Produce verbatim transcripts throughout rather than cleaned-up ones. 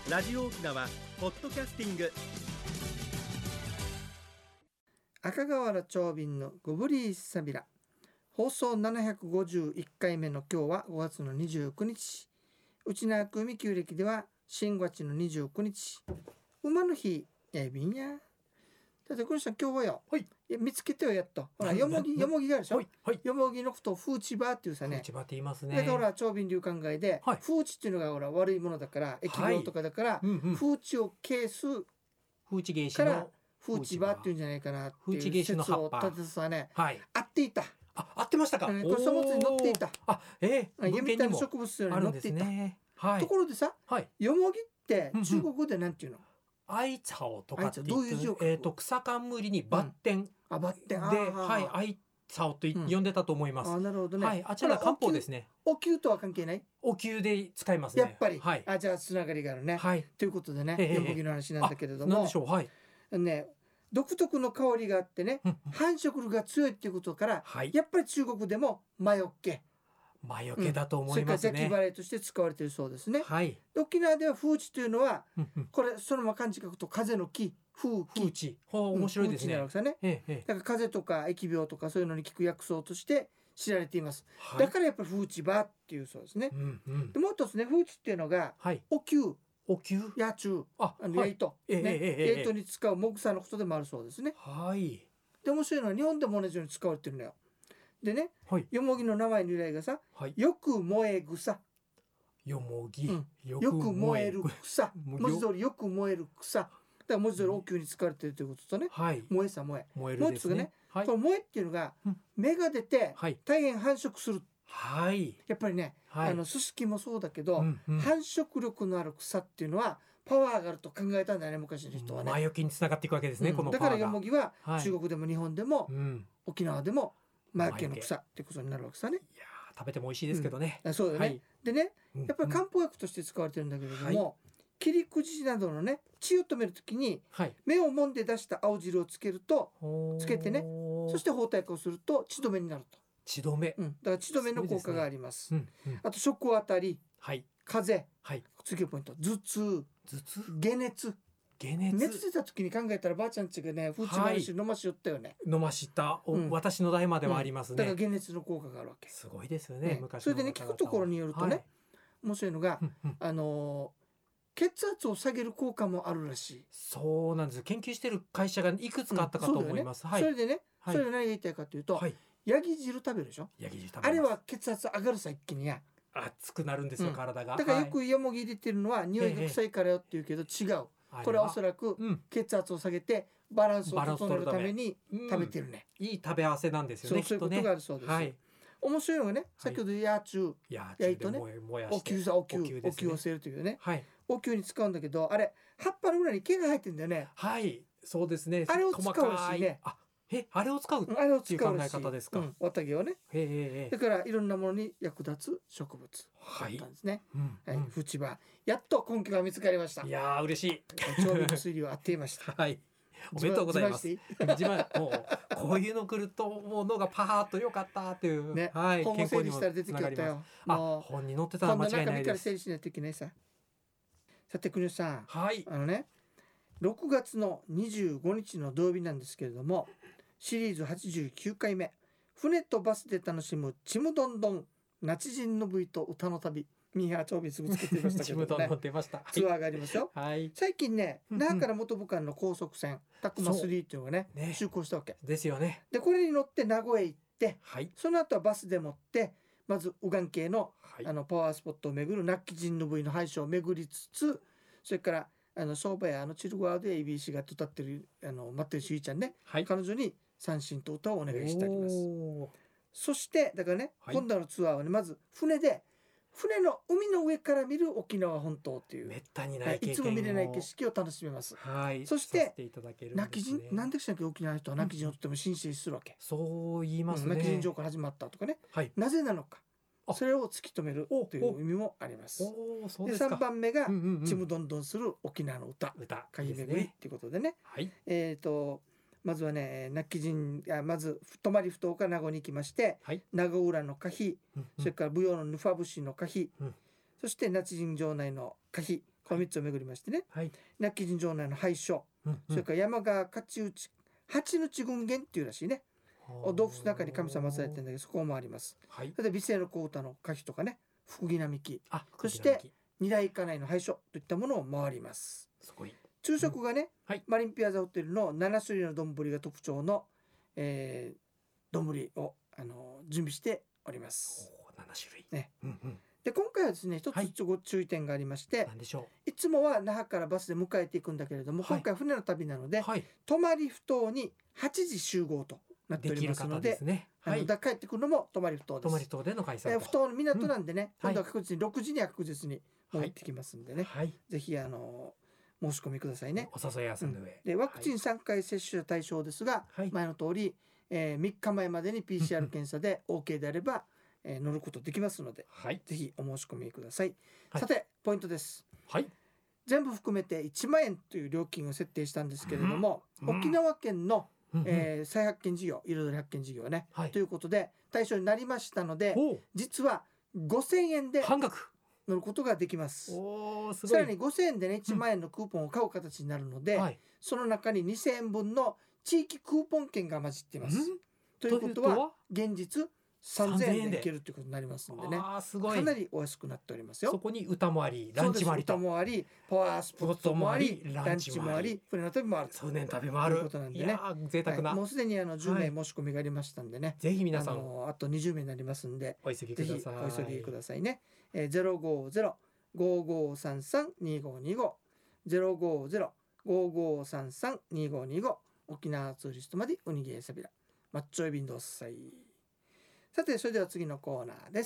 ラジオ沖縄ポッドキャスティング、 赤瓦長瓶のゴブリーサビラ、放送ななひゃくごじゅういっかいめの今日はごがつのにじゅうくにち、内縄組旧暦では新月のにじゅうくにち、馬の日やいびんや。だってこの人今日はよ、 はい、 いや見つけてよやっとほらなよもぎよもぎがあるでしょ、 はいはい、 よもぎのことを風地場っていうさね、 千葉って言いますね。 だからほら長瓶流考えで、 はい風地っていうのがほら悪いものだから疫病とかだから、 うんうん、 風地を消す風地芸師からの風地場っていうんじゃないかなっていう風地芸師の説を葉っぱ立ててさね、 はい、 合っていた。 あ、合ってましたか。 うんこれ書物に載っていた。 あ、えー、 読みたい文献にも植物よあるんでり載っていた、 すね。はい。 ところでさ、 はい。 よもぎってうんうん中国語でなんていうの、 アイツァオとかってアイツァオどういう字を書くえっ、と草冠にバッテンあばってで、 あーはい、アイツァオというん呼んでたと思います。 あなるほどね、 はい、あちらは漢方ですね。 お灸とは関係ない、 お灸で使いますね。 やっぱり、 はい。 あじゃあつながりがあるね、 はい。 ということでね、 ええよもぎの話なんだけれどもなんでしょう。はい。 ね、独特の香りがあってね、 うんうん繁殖力が強いっていうことからはい。 やっぱり中国でも魔除け、 魔除けだと思それからいますね。 邪気払いとして使われているそうですね。 はい。 沖縄では風地というのはうんうんこれそのまま漢字書くと風の木、風風気、 地。ほう、面白いですね風地になるわ。けですよね。 ええええ。 だから風邪とか疫病とかそういうのに効く薬草として知られています、 はい。 だからやっぱり風地場っていうそうですね。 うんうんで。もう一つね、風地っていうのがはい。 お灸、 お灸。 野虫、 あ、 あのはい。 やいと、 ええね、 ええええやいとに使うもぐさのことでもあるそうですね。 はい。 で面白いのは日本でも同じように使われてるのよ。でね、 はい。 よもぎの名前の由来がさ、 はい。 よく燃え草、 よもぎ。 うんよよく燃える草、 もう文字通りよく燃える草、だから文字通りお灸に使われているということとね、 はい。 燃えさ燃え、 燃えもう一つがねるですね。はいこ。の燃えっていうのがうん芽が出てはい。 大変繁殖する。 はい。 やっぱりね、 はい。 あのススキもそうだけど、 うんうん繁殖力のある草っていうのはパワーがあると考えたんだよね、昔の人はね。 魔除けにつながっていくわけですね。 うんこのだからよパワーがもぎははい中国でも日本でもうん。 沖縄でも魔除けの草っていうことになるわけさね。 いやー、食べても美味しいですけどね。 あそうだよね、 はい。 でね、 うんやっぱり漢方薬として使われてるんだけれども、 は切り口などのね血を止めるときにはい。 目を揉んで出した青汁をつけると、 ほーつけてねそして包帯化をすると血止めになると、 血止め。 うん、だから血止めの効果があります。 うんうん。 あと食当たり、 はい。 風邪、 はい。 次のポイント頭痛、 頭痛。 解熱、 解熱。 熱出た時に考えたらばあちゃんちがね風地もあるし飲ましよったよね、 飲ました。おうん私の代まではありますね。 だから解熱の効果があるわけ。 すごいですよねね。昔それでねの方々は聞くところによるとね、面白いのが、 うんうんあのー血圧を下げる効果もあるらしい。 そうなんです。研究してる会社がいくつかあったかとうんそうだよね思います。はいそ。れでね、 はいそれで何が言いたいかというと、 はい。 ヤギ汁食べるでしょ、 ヤギ汁食べますあれは血圧上がるさ一気にや。 熱くなるんですよ、 うん体が。 だからよはいくよもぎ入れてるのは匂いが臭いからよって言うけど違う、これはおそらくうん、 血圧を下げてバランスをバランス整える取るためためにうん食べてるね、 いい食べ合わせなんですよね。 そうそういうことがあるそうです、 はい。 面白いのがね、先ほど野虫、 いや焼いとね燃え燃やおして灸さお灸お灸ですねお灸を据えるというね、 はいお灸に使うんだけどあれ葉っぱの裏に毛が生えてんだよね。 はい、そうですね。 あれを使うらしいね細かあ、え、あれを使う。 あれを使うらしいっていう考え方ですかうん、綿毛をね。 へえへえだからいろんなものに役立つ植物だはいったんですね。 うんはい、 うんフチバやっと根拠が見つかりました。 いやー嬉しい。 調味薬は合っていました。 はい。おめでとうございます。 自自慢もうこういうの来るともうのがパーッと良かったっていう、 ねはい、 慢してい本を整理したら出てきつながります。 たよ。 あ、 も本に載ってうたら間違い今度中ないです。 身から整理しないといけないさ。さて国吉さん、 はい。 あのねろくがつのにじゅうごにちの土曜日なんですけれども、シリーズはちじゅうきゅうかいめ船とバスで楽しむちむどんどんナチジンの V と歌の旅、ミーハー長瓶すぐつけていましたけちどねむどんどん出ました。 ツアーがありますよ。 はい。 最近ねうんうん那覇から元部間の高速船タクマスリーっていうのがねね就航したわけですよね。 で、これに乗って名古屋へ行ってはい。 その後はバスでもってまず右岸系のはい。 あのパワースポットを巡るナッキジンの V の廃所を巡りつつ、それからあの相場やあのチルワーで エービーシー が歌ってるあの待ってるしーちゃんね、 はい。 彼女に三振と歌をお願いしてあります。 おーそしてだからね、 はい今度のツアーはねまず船で船の海の上から見る沖縄本島っていう、 めったになはいい、 経験をいつも見れない景色を楽しめます。 はい。 そしてさせていただけるんですねナキジンなんでしたっけ、沖縄の人はナキジンをとっても神聖視するわけ、 そう言いますうんナね。 キジン城から始まったとかね、 はい。 なぜなのかあそれを突き止めるおという意味もあります。 おお、そうでですか。 さんばんめが、 うんうんうんちむどんどんする沖縄の歌歌かぎですね。 めぐりっていうことでね、 はい。 えー、とまずはねナッキジンあまず泊まりふ頭から名護に行きまして、 はい。 名護浦の可否、 うんうんそれから舞踊のヌファ節の可否、 うんそして那智人城内の可否このみっつを巡りましてね、 はい。 亡き人城内の廃所、 うんうんそれから山川勝内八日権現っていうらしいね、お洞窟の中に神様祀られてるんだけど、そこもあります。 はい。 それで美声の小唄の歌碑とかね、福木並木、 あ、 そして二大家内の廃所といったものを回ります。 すごい。 昼食がね、 うんはい、 マリンピアザホテルのなな種類の丼が特徴の、えー、丼を、あのー準備しております。 おなな種類。 ね。 うんうん。 で今回はですね、一はいつご注意点がありまして、 なんでしょいつもは那覇からバスで迎えていくんだけれども、 はい今回は船の旅なので、 う。はい。 泊まりふ頭にはちじ集合となっておできる方りますので、 ですね。はい。 あのだ帰ってくるのも泊まりふ頭です。 泊まり島での開えー、 催と。 ふ頭の港なんでね、 うん今度は確実にろくじには確実に戻ってきますんでね、 はい。 ぜひあの申し込みくださいね。 お誘い合わせの上。 でワクチンさんかい接種者対象ですが、 はい。 前の通り、えー、みっかまえまでに ピーシーアール 検査で OK であれば、えー乗ることできますので、 はい。 ぜひお申し込みください。 はいさてポイントです。 はい。 全部含めていちまんえんという料金を設定したんですけれども、 うん沖縄県の、 うんうんえー再発見事業、彩り発見事業ね、 はいということで対象になりましたので、 お実はごせんえんで半額。 乗ることができます。 おお、すごい。 さらにごせんえんでねいちまんえんのクーポンを買う形になるので、 はい。 その中ににせんえん分の地域クーポン券が混じっています。 んということは現実さんぜんえんでいけるということになりますのでね、 ああ、すごい。 かなりお安くなっておりますよ。 そこに歌もあり、ランチもありと。 そうです、歌もあり、パワースポットもあり、 ラランチンチもありもあり、船の旅もあるとそうね、食べもある。 ということなんでねいやー、贅沢な。 はい、もうすでにあのじゅうめいは申し込みがありましたんでね、 ぜひ皆さん、 あのあとにじゅうめいになりますんで、 お急ぎくぜひださい。 お急ぎくださいね。えー、ゼロごゼロ ごごさんさん にごにご ゼロごゼロ ごごさんさん にごにご沖縄ツーリストまでウニゲーサビラマッチョイビンドッサイ。さてそれでは次のコーナーです。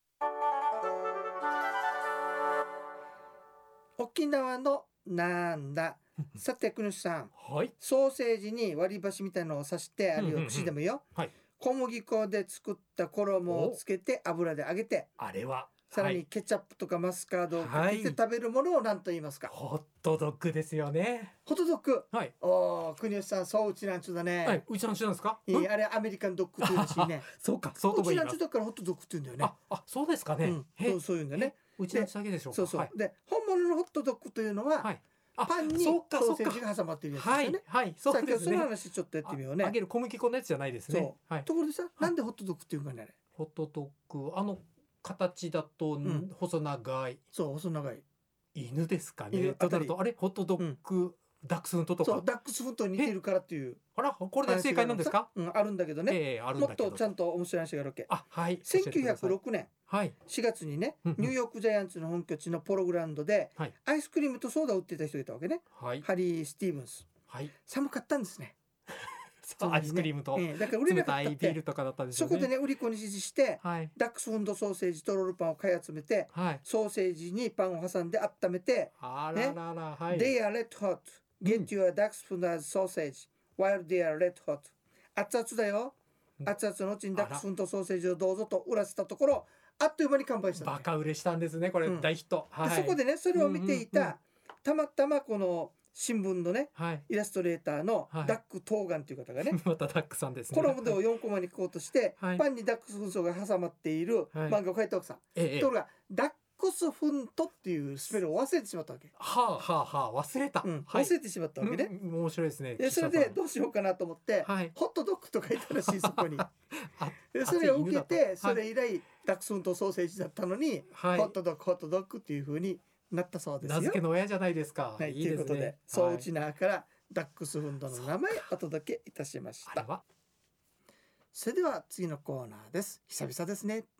沖縄のなんださて国吉さん、 はい。 ソーセージに割り箸みたいなのを刺してあるいは串でもいいよ、 はい。 小麦粉で作った衣をつけて油で揚げて、 あれは。 さらはいにケチャップとかマスカードをかけはいて食べるものを何と言いますか。 ホットドッグですよね。 ホットドッグ。 はい。 おー国吉さんそううちなんちゅうだね、 はい。うちの知らんですか。 いいあれアメリカンドッグって言うらしいねそうか。そうとうちも言います。 なんちゅうだからホットドッグって言うんだよね。 あ、あ、そうですかね。 うん、 へそうそういうんだよね。 うちのだけでしょうか。 そうそう、 はい。 で本物のホットドッグというのは、 はい。あ、 パンにソそうかそうかーセージが挟まっているやつですはいよね。 はい。そうですねさあ今日その。話ちょっとやってみようね。 あ揚げる小麦粉のやつじゃないですね。 そうはい。 ところでさ、なんでホットドッグっていうかねあれ。 ホットドッグあの形だとん細長いそう細長い。 犬ですかね。 犬となるとあれホットドッグダックスフントとか。 そうダックスフントに似てるからっていうあらこれで正解なんですか。 うん、あるんだけどね、 ええあるんもだけど。 っとちゃんと面白い話があるわけ。 あはい。 せんきゅうひゃくろく。 くねんはいしがつにね、 うんうんニューヨークジャイアンツの本拠地のポログラウンドで、 はいアイスクリームとソーダを売ってた人がいたわけね、 はいハリー・スティーブンス。 はい。 寒かったんですね。 そうアイスクリームとええだから売れ冷なかったってたいビールとかだったんですそよね。 こでね売り子に指示してはいダックスフンドソーセージとロールパンを買い集めてはい。 ソーセージにパンを挟んで温めて、 あらららはい。 They are red hot get your ducks from the sausage while they are red hot 熱々だよ熱々のうちにダックスフンドソーセージをどうぞと売らせたところあっという間に完売したのね、 バカ売れしたんですねこれ、 うん大ヒット。はい。 でそこでねそれを見ていた、 うんうんうんたまたまこの新聞のねはい。 イラストレーターのはいダック・トーガンという方がね、 またダックさんですね。 衣でをよんコマに書こうとして、 はいパンにダックスフントが挟まっているはい漫画を描いた奥さん、 ええええところがダックスフントっていうスペルを忘れてしまったわけ、 はあはあはあ忘れた。 うんはい。 忘れてしまったわけね、 うん面白いですね。 でそれでどうしようかなと思って、 はい。 ホットドッグと書いたらしいそこにあでそれを受けてそはいれ以来ダックスフントソーセージだったのに、 はいホットドッグホットドッグっていう風になったそうですよ。 名付けの親じゃないですか。 はい、 いいですね。 ということで、そうはいうちなからダックスフンドの名前お届けいたしました。 あれはそれでは次のコーナーです。久々ですね。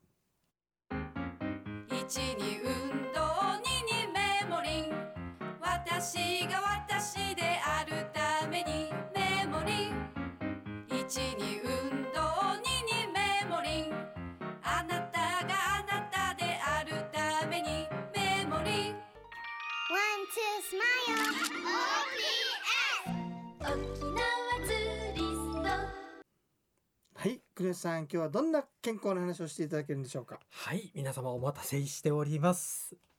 いちに運動ににメモリン私が私であるためにメモリンいちに運動ににメモリンあなたがあなたであるためにメモリン One, two, smile. 沖縄ツーリスト。 はい、クレさん、今日はどんな健康の話をしていただけるんでしょうか。 はい皆様お待たせしております。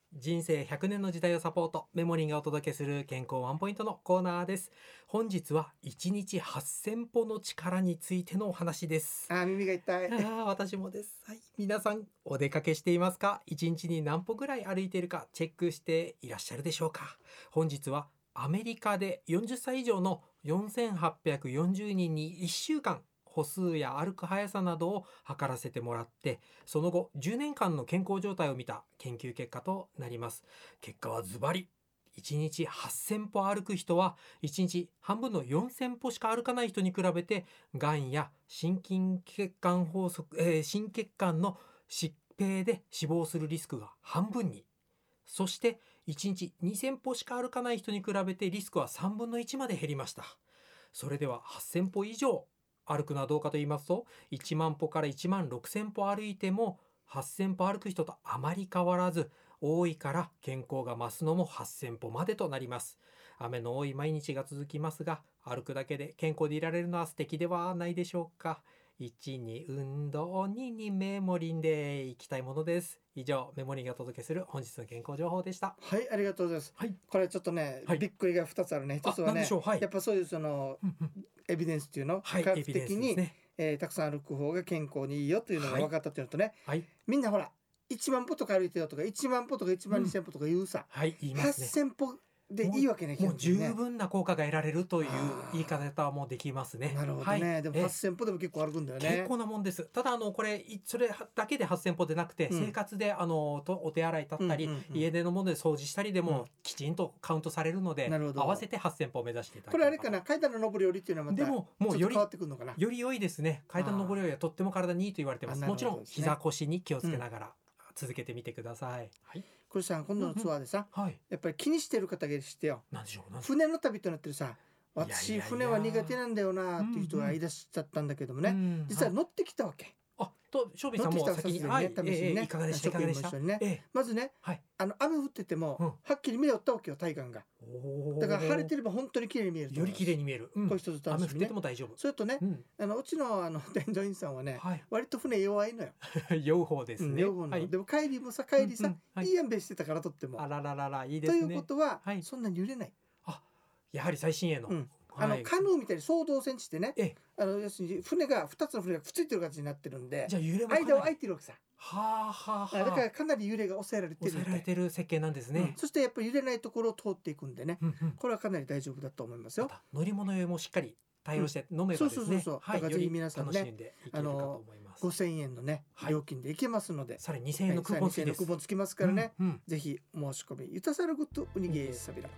人生ひゃくねんの時代をサポート、メモリーがお届けする健康ワンポイントのコーナーです。本日はいちにちはっせんぽの力についてのお話です。 あー耳が痛い。 あー私もです、はい、皆さんお出かけしていますか？いちにちに何歩ぐらい歩いているかチェックしていらっしゃるでしょうか？本日はアメリカでよんじゅっさい以上のよんせんはっぴゃくよんじゅうにんにいっしゅうかん歩数や歩く速さなどを測らせてもらって、その後じゅうねんかんの健康状態を見た研究結果となります。結果はズバリ、いちにちはっせんぽ歩く人はいちにち半分のよんせんぽしか歩かない人に比べて、がんや心筋血管法則、えー、心血管の疾病で死亡するリスクが半分に、そしていちにちにせんぽしか歩かない人に比べてリスクはさんぶんのいちまで減りました。それでははっせんぽ以上歩くのはどうかと言いますと、いちまんぽからいちまんろくせんぽ歩いてもはっせんぽ歩く人とあまり変わらず、多いから健康が増すのもはっせんぽまでとなります。雨の多い毎日が続きますが、歩くだけで健康でいられるのは素敵ではないでしょうか。いちに運動、ににメモリンでいきたいものです。以上、メモリンがお届けする本日の健康情報でした。 はい、ありがとうございます。 はい、 これちょっとね、 はいびっくりがふたつあるね。一つはあ、何ねでしょう。はい、 やっぱそういうそのうんうん、 エビデンスっていうの、 はい、 科学エビデン的に、 スですね。 えーたくさん歩く方が健康にいいよというのが分かったっていうのとね、 はい、 みんなほらいちまんぽとか歩いてよとかいちまんぽとかいちまんにせんぽとか言うさ、 はい、言いまはっすね。 せんぽでいいわけね。 もう十基本的にね分な効果が得られるというあー言い方はもうできますね。 なるほどはいね。でもえはっせんぽでも結構歩くんだよね。 結構なもんです。ただあのこれいそれだけではっせんぽでなくて、 うん生活であのとお手洗い立ったり、 うんうんうん家でのもので掃除したりでも、 うんきちんとカウントされるので、 なるほど合わせてはっせんぽを目指していただこれあれかな。 な、階段の上り下りっていうのはまたでももうよりちょっと変わってくるのかな。 より良いですね。階段の上り下りはとっても体にいいと言われてます。 あなるもちろんほどですね膝腰に気をつけながら続けてみてください。はい。 これさ、今度のツアーでさ、 はい。 やっぱり気にしてる方がいるしてよ。 なんでしょう。なんでしょう。 船の旅となってるさ、 いやい私やいや船は苦手なんだよなっていう人がいらっしゃったんだけどもね、 うん実は乗ってきたわけ。 あとショービーさんも乗ってきた先に、 らさすがにね試しにねええいかがでしたいかがでした。 職員も一緒にねええまずね、 はい。 あの雨降ってても、 うんはっきり見えよったわけよ、体感が。 おーだから晴れてれば本当に綺麗に見えると思います。 より綺麗に見える。うんこういう人と楽しみね雨降ってて。も大丈夫。 それとね、 うん。 あのうちのあの添乗員さんはね、 はい。 割と船弱いのよ。 酔う方ですうんね。 両方のはい。 でも帰りもさ、帰りさ、 うんうんはいいいやんべしてたからとっても。 あららららいいですね。 ということは、 はいそんなに揺れない。 やはり最新鋭の。 うんあのはいカヌーみたいに総動線してね、 ええあの要するに船がふたつの船がくっついてる形になってるんで、 じゃあ揺れもかなり間は空いてるわけさ。 はあはあはあ。 あだからかなり揺れが抑えられてる抑えられみたい。 てる設計なんですうんね。 そしてやっぱり揺れないところを通っていくんでね、 うんうん。 これはかなり大丈夫だと思いますよ。 また乗り物用もしっかり対応して飲めばですね。 そうそうそうそうはい。 だからぜひより皆さんね楽しんでいけるかと思います。 ごせんえんのね、 はい料金で行けますので、 さらににせんえんのクーポン付きのです。 クーポンつきますからね、 うんうん。 ぜひ申し込みゆたさるグッドウニゲーサビラ。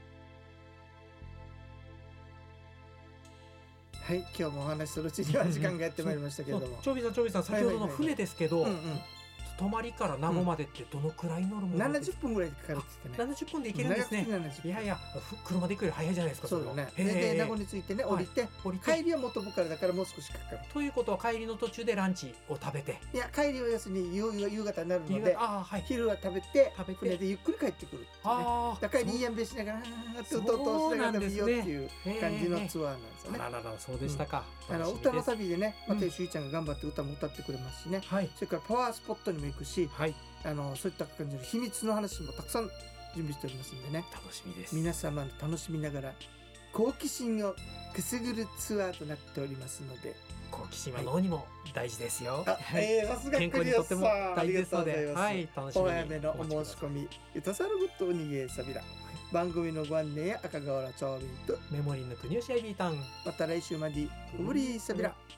はい、今日もお話しするうちには時間がやってまいりましたけれども、 チョビさんチョビさん先ほどの船ですけど、 うんうん、 泊まりから名護までってどのくらい乗るものななですか？ じゅっぷんぐらいかかるって言ってね。 ななじゅっぷんで行けるんですね。 長くてななじゅっぷんいやいやふ車で行くより早いじゃないですか。 そうだね。 れはへえでで名護に着いてね、降りて、 降りて帰りは元部からだからもう少しかかる。 ということは帰りの途中でランチを食べて、 いや帰りは要するに夕夕方になるの夕で方ああはい。 昼は食べて食べて船でゆっくり帰ってくるっていうね。 ああだからいいやんべしながらあーって歌をしながらでもいいよっていう感じのツアーなんですよね。 あらららそうでしたか。 あの楽しみです歌の旅でね、またうんしゅうちゃんが頑張って歌も歌ってくれますしね。 はいそれからパワースポットにも行くし、 はいあのそういった感じの秘密の話もたくさん準備しておりますんでね。 楽しみです。 皆様の楽しみながら好奇心をくすぐるツアーとなっておりますので、 好奇心は脳にも大事ですよ。 あ、 はいえー、さすが健クリアさん康にとっても大事ですので、 ありがとうございます。 はい楽しみにお早めのお待ちください申し込みゆたさるグッドウニゲーサビラ、番組のご案内や赤瓦長瓶とメモリーの国吉アイビータウンまた来週までウブリーサビラ。